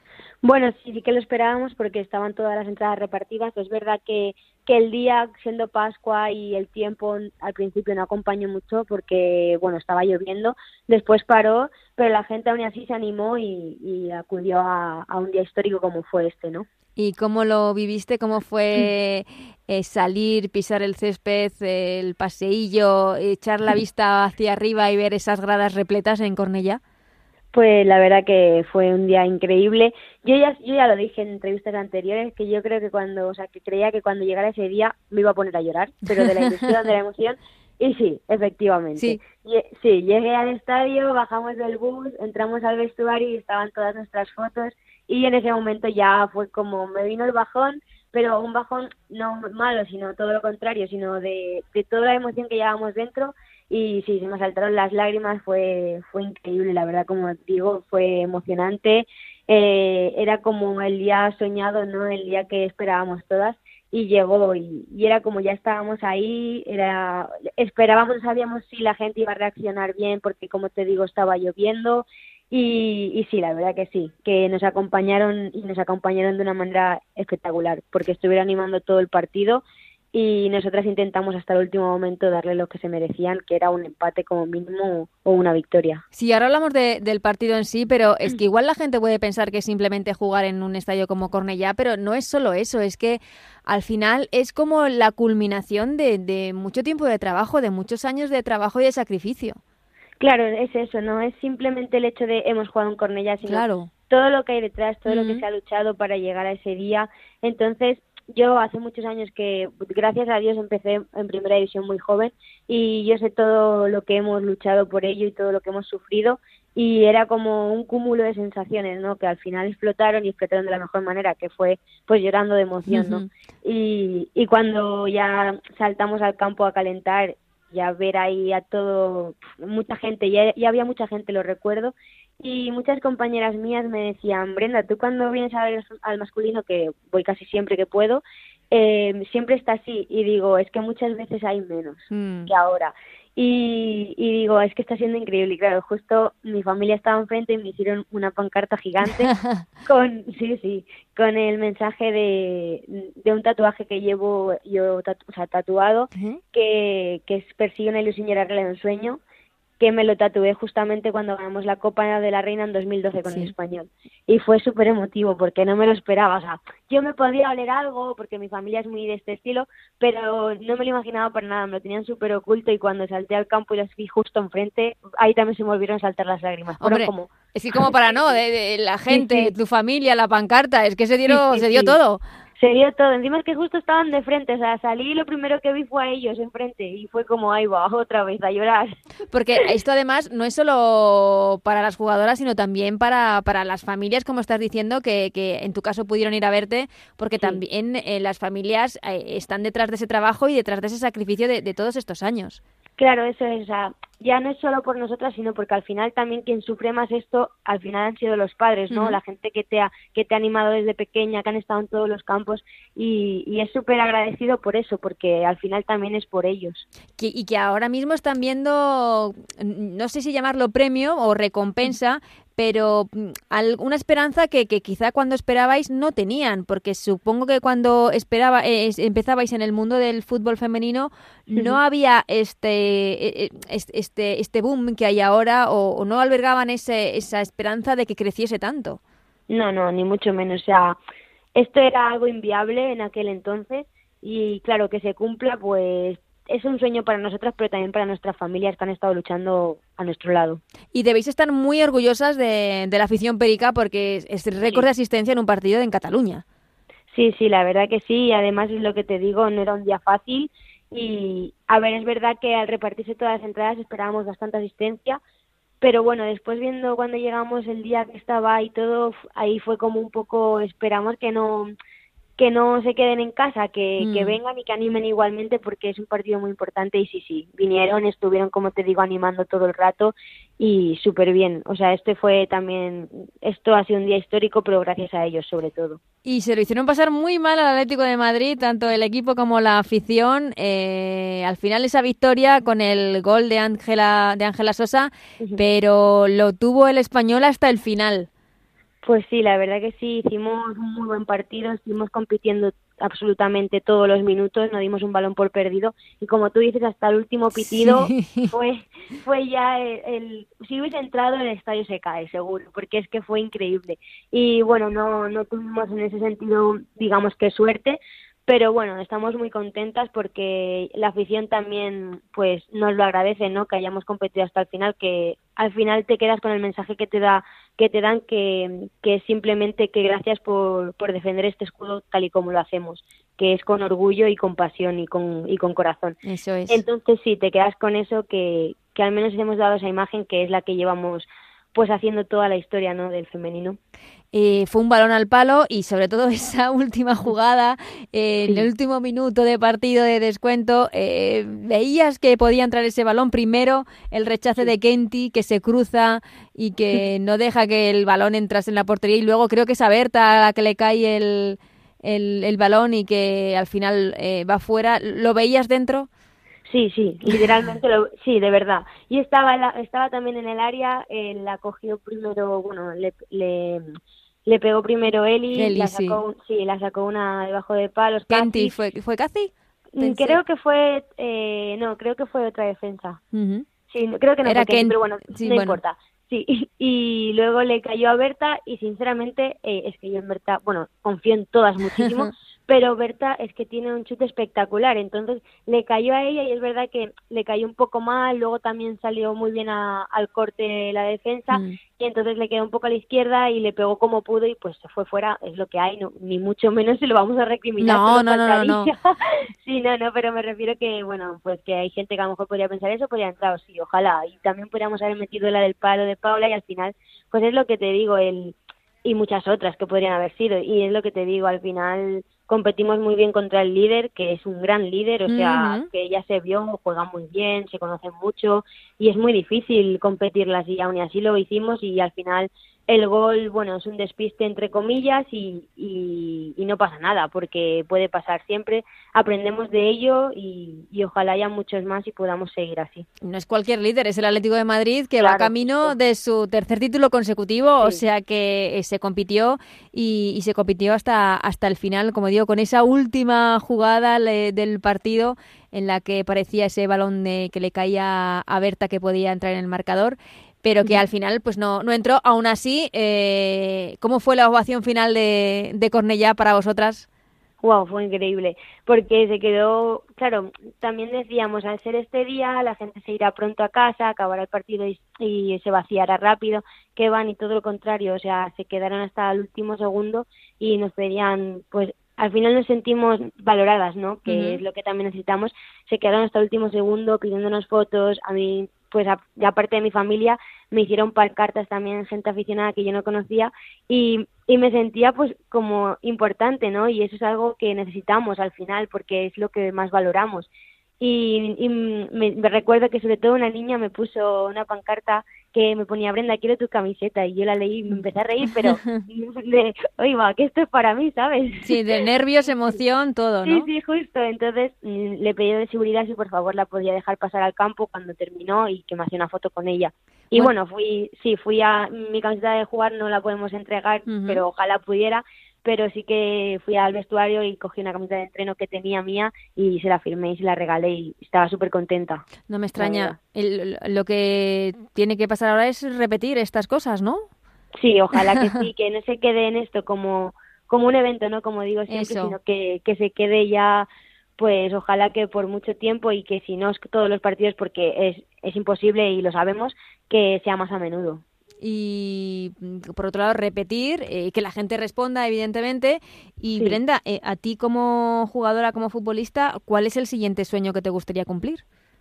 Bueno, sí, sí que lo esperábamos porque estaban todas las entradas repartidas. Es verdad que, que el día, siendo Pascua y el tiempo al principio no acompañó mucho porque, bueno, estaba lloviendo. Después paró, pero la gente aún así se animó y, y acudió a, a un día histórico como fue este, ¿no? ¿Y cómo lo viviste? ¿Cómo fue eh, salir, pisar el césped, el paseillo, echar la vista hacia arriba y ver esas gradas repletas en Cornellá? Pues la verdad que fue un día increíble. Yo ya yo ya lo dije en entrevistas anteriores, que yo creo que cuando, o sea, que creía que cuando llegara ese día me iba a poner a llorar, pero de la ilusión, de la emoción. Y sí, efectivamente. Sí. Y, sí, llegué al estadio, bajamos del bus, entramos al vestuario y estaban todas nuestras fotos. Y en ese momento ya fue como, me vino el bajón, pero un bajón no malo, sino todo lo contrario, sino de, de toda la emoción que llevábamos dentro. Y sí, se me saltaron las lágrimas, fue fue increíble, la verdad, como digo, fue emocionante. Eh, era como el día soñado, ¿no? El día que esperábamos todas. Y llegó y, y era como ya estábamos ahí, era esperábamos, no sabíamos si la gente iba a reaccionar bien porque, como te digo, estaba lloviendo. Y, y sí, la verdad que sí, que nos acompañaron y nos acompañaron de una manera espectacular, porque estuvieron animando todo el partido y nosotras intentamos hasta el último momento darle lo que se merecían, que era un empate como mínimo o una victoria. Sí, ahora hablamos de, del partido en sí, pero es que igual la gente puede pensar que es simplemente jugar en un estadio como Cornellá, pero no es solo eso, es que al final es como la culminación de, de mucho tiempo de trabajo, de muchos años de trabajo y de sacrificio. Claro, es eso, no es simplemente el hecho de hemos jugado en Cornellá, sino claro. todo lo que hay detrás, todo uh-huh. lo que se ha luchado para llegar a ese día. Entonces, yo hace muchos años que, gracias a Dios, empecé en primera división muy joven y yo sé todo lo que hemos luchado por ello y todo lo que hemos sufrido y era como un cúmulo de sensaciones, ¿no? Que al final explotaron y explotaron de la mejor manera, que fue pues llorando de emoción, ¿no? Uh-huh. Y, y cuando ya saltamos al campo a calentar, ya ver ahí a todo, mucha gente, ya, ya había mucha gente, lo recuerdo, y muchas compañeras mías me decían, Brenda, tú cuando vienes a ver al masculino, que voy casi siempre que puedo, eh, siempre está así, y digo, es que muchas veces hay menos mm. que ahora. Y, y digo, es que está siendo increíble. Y claro, justo mi familia estaba enfrente y me hicieron una pancarta gigante con, sí, sí, con el mensaje de, de un tatuaje que llevo yo tatu, o sea, tatuado, uh-huh. que, que es persigue una ilusión y arregla un sueño, que me lo tatué justamente cuando ganamos la Copa de la Reina en dos mil doce con sí. el Español. Y fue súper emotivo porque no me lo esperaba. O sea, yo me podía oler algo porque mi familia es muy de este estilo, pero no me lo imaginaba para nada. Me lo tenían súper oculto y cuando salté al campo y los vi justo enfrente, ahí también se me volvieron a saltar las lágrimas. Hombre, como... es que como para no, de, de la gente, sí, sí. tu familia, la pancarta, es que se, dieron, sí, sí, se dio sí. todo. Se dio todo, encima es que justo estaban de frente, o sea, salí y lo primero que vi fue a ellos enfrente y fue como, ahí va, otra vez a llorar. Porque esto además no es solo para las jugadoras, sino también para, para las familias, como estás diciendo, que, que en tu caso pudieron ir a verte, porque sí. también eh, las familias eh, están detrás de ese trabajo y detrás de ese sacrificio de, de todos estos años. Claro, eso es, o sea, ya no es solo por nosotras, sino porque al final también quien sufre más esto, al final han sido los padres, ¿no? Uh-huh. La gente que te ha que te ha animado desde pequeña, que han estado en todos los campos y, y es súper agradecido por eso, porque al final también es por ellos. Que, y que ahora mismo están viendo, no sé si llamarlo premio o recompensa, pero alguna esperanza que, que quizá cuando esperabais no tenían, porque supongo que cuando esperaba eh, empezabais en el mundo del fútbol femenino no uh-huh. había este, este este boom que hay ahora o, o no albergaban ese, esa esperanza de que creciese tanto. No, no, ni mucho menos. O sea, esto era algo inviable en aquel entonces y claro, que se cumpla, pues es un sueño para nosotras, pero también para nuestras familias que han estado luchando a nuestro lado. Y debéis estar muy orgullosas de, de la afición perica porque es, es récord sí. de asistencia en un partido en Cataluña. Sí, sí, la verdad que sí. Y además es lo que te digo, no era un día fácil. Y, a ver, es verdad que al repartirse todas las entradas esperábamos bastante asistencia, pero bueno, después viendo cuando llegamos el día que estaba y todo, ahí fue como un poco, esperamos que no... que no se queden en casa, que, mm. que vengan y que animen igualmente porque es un partido muy importante y sí, sí, vinieron, estuvieron, como te digo, animando todo el rato y súper bien. O sea, este fue también, esto ha sido un día histórico, pero gracias a ellos sobre todo. Y se lo hicieron pasar muy mal al Atlético de Madrid, tanto el equipo como la afición. Eh, al final esa victoria con el gol de Ángela de Ángela Sosa, uh-huh. pero lo tuvo el Español hasta el final. Pues sí, la verdad que sí, hicimos un muy buen partido, estuvimos compitiendo absolutamente todos los minutos, no dimos un balón por perdido y como tú dices, hasta el último pitido sí. fue fue ya el, el... Si hubiese entrado el estadio se cae, seguro, porque es que fue increíble. Y bueno, no, no tuvimos en ese sentido, digamos que suerte, pero bueno, estamos muy contentas porque la afición también pues nos lo agradece, ¿no? Que hayamos competido hasta el final, que al final te quedas con el mensaje que te da que te dan que, que simplemente que gracias por, por defender este escudo tal y como lo hacemos, que es con orgullo y con pasión y con y con corazón. Eso es. Entonces sí, te quedas con eso, que, que al menos hemos dado esa imagen que es la que llevamos pues haciendo toda la historia, ¿no? Del femenino. Eh, fue un balón al palo y sobre todo esa última jugada, eh, Sí. en el último minuto de partido de descuento, eh, veías que podía entrar ese balón. Primero el rechace Sí. de Kenty, que se cruza y que no deja que el balón entrase en la portería, y luego creo que es a Berta a la que le cae el, el, el balón y que al final eh, va fuera. ¿Lo veías dentro? Sí, sí, literalmente, lo, sí, de verdad. Y estaba la, estaba también en el área, eh, la cogió primero, bueno, le, le, le pegó primero Eli, Eli, la sí. sacó, sí, la sacó una debajo de palos. Kenty, Cathy. ¿fue, fue Cathy? Mm, Pensé. Creo que fue, eh, no, creo que fue otra defensa. Ujú. Sí, no- creo que no Era fue Kenty, Ken- pero bueno, sí, no bueno. importa. Sí, y luego le cayó a Berta y sinceramente eh, es que yo en Berta, bueno, confío en todas muchísimo, pero Berta es que tiene un chute espectacular, entonces le cayó a ella y es verdad que le cayó un poco mal, luego también salió muy bien a- al corte la defensa Mm. y entonces le quedó un poco a la izquierda y le pegó como pudo y pues se fue fuera, es lo que hay, no, ni mucho menos se lo vamos a recriminar. No, solo no, no, no, no. faltaría. Sí, no, no, pero me refiero que, bueno, pues que hay gente que a lo mejor podría pensar eso, podría entrar, sí, ojalá, y también podríamos haber metido la del palo de Paula y al final, pues es lo que te digo, el y muchas otras que podrían haber sido, y es lo que te digo, al final competimos muy bien contra el líder, que es un gran líder, o sea, Ujú. que ya se vio, juegan muy bien, se conocen mucho, y es muy difícil competirlas, y aún así lo hicimos, y al final el gol, bueno, es un despiste entre comillas y, y, y no pasa nada, porque puede pasar siempre, aprendemos de ello y, y ojalá haya muchos más y podamos seguir así. No es cualquier líder, es el Atlético de Madrid, que Claro, va camino justo. de su tercer título consecutivo, o Sí. sea que eh, se compitió y, y se compitió hasta, hasta el final, como digo, con esa última jugada le- del partido en la que parecía ese balón de, que le caía a Berta que podía entrar en el marcador, pero que al final pues no, no entró. Aún así, eh, ¿cómo fue la ovación final de, de Cornellá para vosotras? Wow, fue increíble, porque se quedó, claro, también decíamos, al ser este día, la gente se irá pronto a casa, acabará el partido y, y se vaciará rápido, que van y todo lo contrario, o sea, se quedaron hasta el último segundo y nos pedían, pues, al final nos sentimos valoradas, ¿no? Que Ujú. es lo que también necesitamos, se quedaron hasta el último segundo pidiéndonos fotos, a mí, pues, a- y aparte de mi familia, me hicieron pancartas también, gente aficionada que yo no conocía, y, y me sentía pues como importante, ¿no? Y eso es algo que necesitamos al final porque es lo que más valoramos. Y, y me, me recuerdo que sobre todo una niña me puso una pancarta que me ponía, Brenda, quiero tu camiseta, y yo la leí y me empecé a reír, pero de, oiga, que esto es para mí, ¿sabes? Sí, de nervios, emoción, todo, ¿no? Sí, sí, justo. Entonces mm, le pedí de seguridad si por favor la podía dejar pasar al campo cuando terminó y que me hacía una foto con ella. Y Bueno. bueno, fui, sí, fui a mi camiseta de jugar, no la podemos entregar, Ujú. pero ojalá pudiera. Pero sí que fui al vestuario y cogí una camiseta de entreno que tenía mía y se la firmé y se la regalé y estaba súper contenta. No me La extraña. El- lo que tiene que pasar ahora es repetir estas cosas, ¿no? Sí, ojalá que sí, que no se quede en esto como, como un evento, ¿no? Como digo siempre, Eso. sino que, que se quede ya, pues ojalá que por mucho tiempo y que si no es todos los partidos, porque es, es imposible y lo sabemos, que sea más a menudo. Y mm, por otro lado, repetir, eh, que la gente responda, evidentemente. Y Sí. Brenda, eh, a ti como jugadora, como futbolista, ¿cuál es el siguiente sueño que te gustaría cumplir?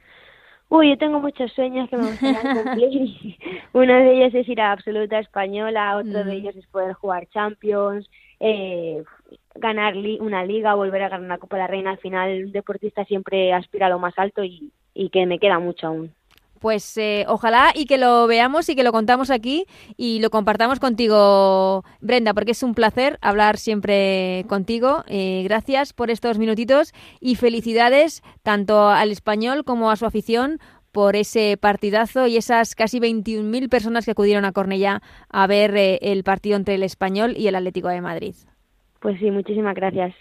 Uy, yo tengo muchos sueños que me gustaría cumplir. Uno de ellos es ir a Absoluta Española, otro Mm. de ellos es poder jugar Champions, eh, ganar li- una liga, volver a ganar una Copa de la Reina. Al final, un deportista siempre aspira a lo más alto y, y que me queda mucho aún. Pues eh, ojalá y que lo veamos y que lo contamos aquí y lo compartamos contigo, Brenda, porque es un placer hablar siempre contigo. Eh, gracias por estos minutitos y felicidades tanto al Español como a su afición por ese partidazo y esas casi veintiún mil personas que acudieron a Cornellá a ver eh, el partido entre el Español y el Atlético de Madrid. Pues sí, muchísimas gracias.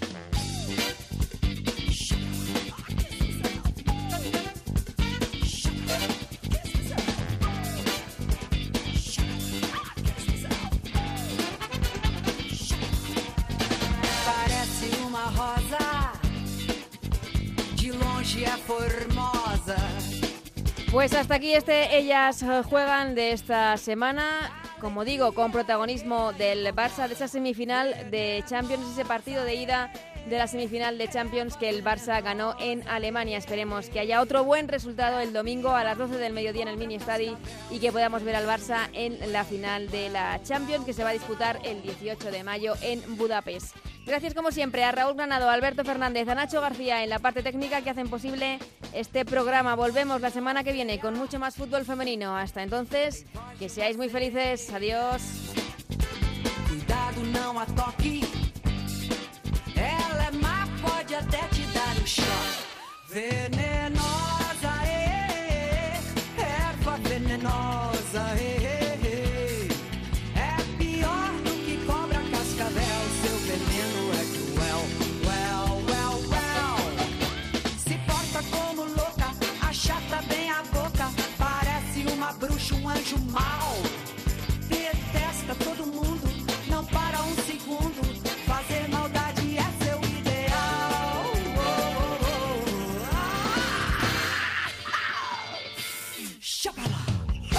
Pues hasta aquí este Ellas Juegan de esta semana, como digo, con protagonismo del Barça, de esa semifinal de Champions, ese partido de ida de la semifinal de Champions que el Barça ganó en Alemania. Esperemos que haya otro buen resultado el domingo a las doce del mediodía en el Mini Estadi y que podamos ver al Barça en la final de la Champions, que se va a disputar el dieciocho de mayo en Budapest. Gracias como siempre a Raúl Granado, a Alberto Fernández, a Nacho García en la parte técnica que hacen posible este programa. Volvemos la semana que viene con mucho más fútbol femenino. Hasta entonces, que seáis muy felices. Adiós. Cuidado, não a toque. Ela é má, pode até te dar um choque. Venenosa, eh, eh, erva venenosa, eh, eh, eh. É pior do que cobra cascavel. Seu veneno é cruel. Well, well, well. Se porta como louca, achata bem a boca. Parece uma bruxa, um anjo mau. Detesta todo mundo, não para um segundo. Fazer maldade é seu ideal. Oh, oh, oh. Ah, ah. Deixa pra lá.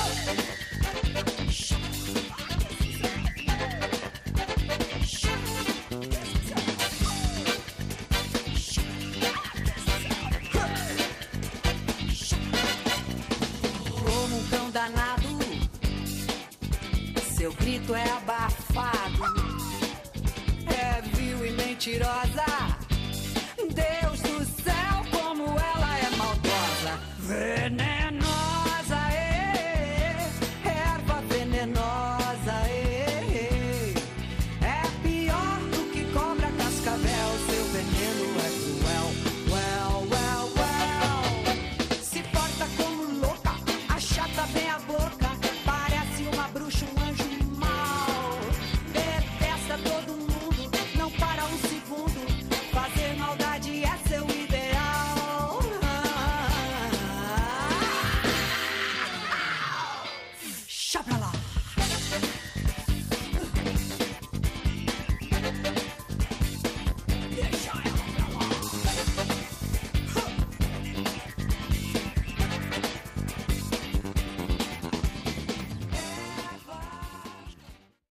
Como um cão danado, seu grito é abafado. É vil e mentirosa.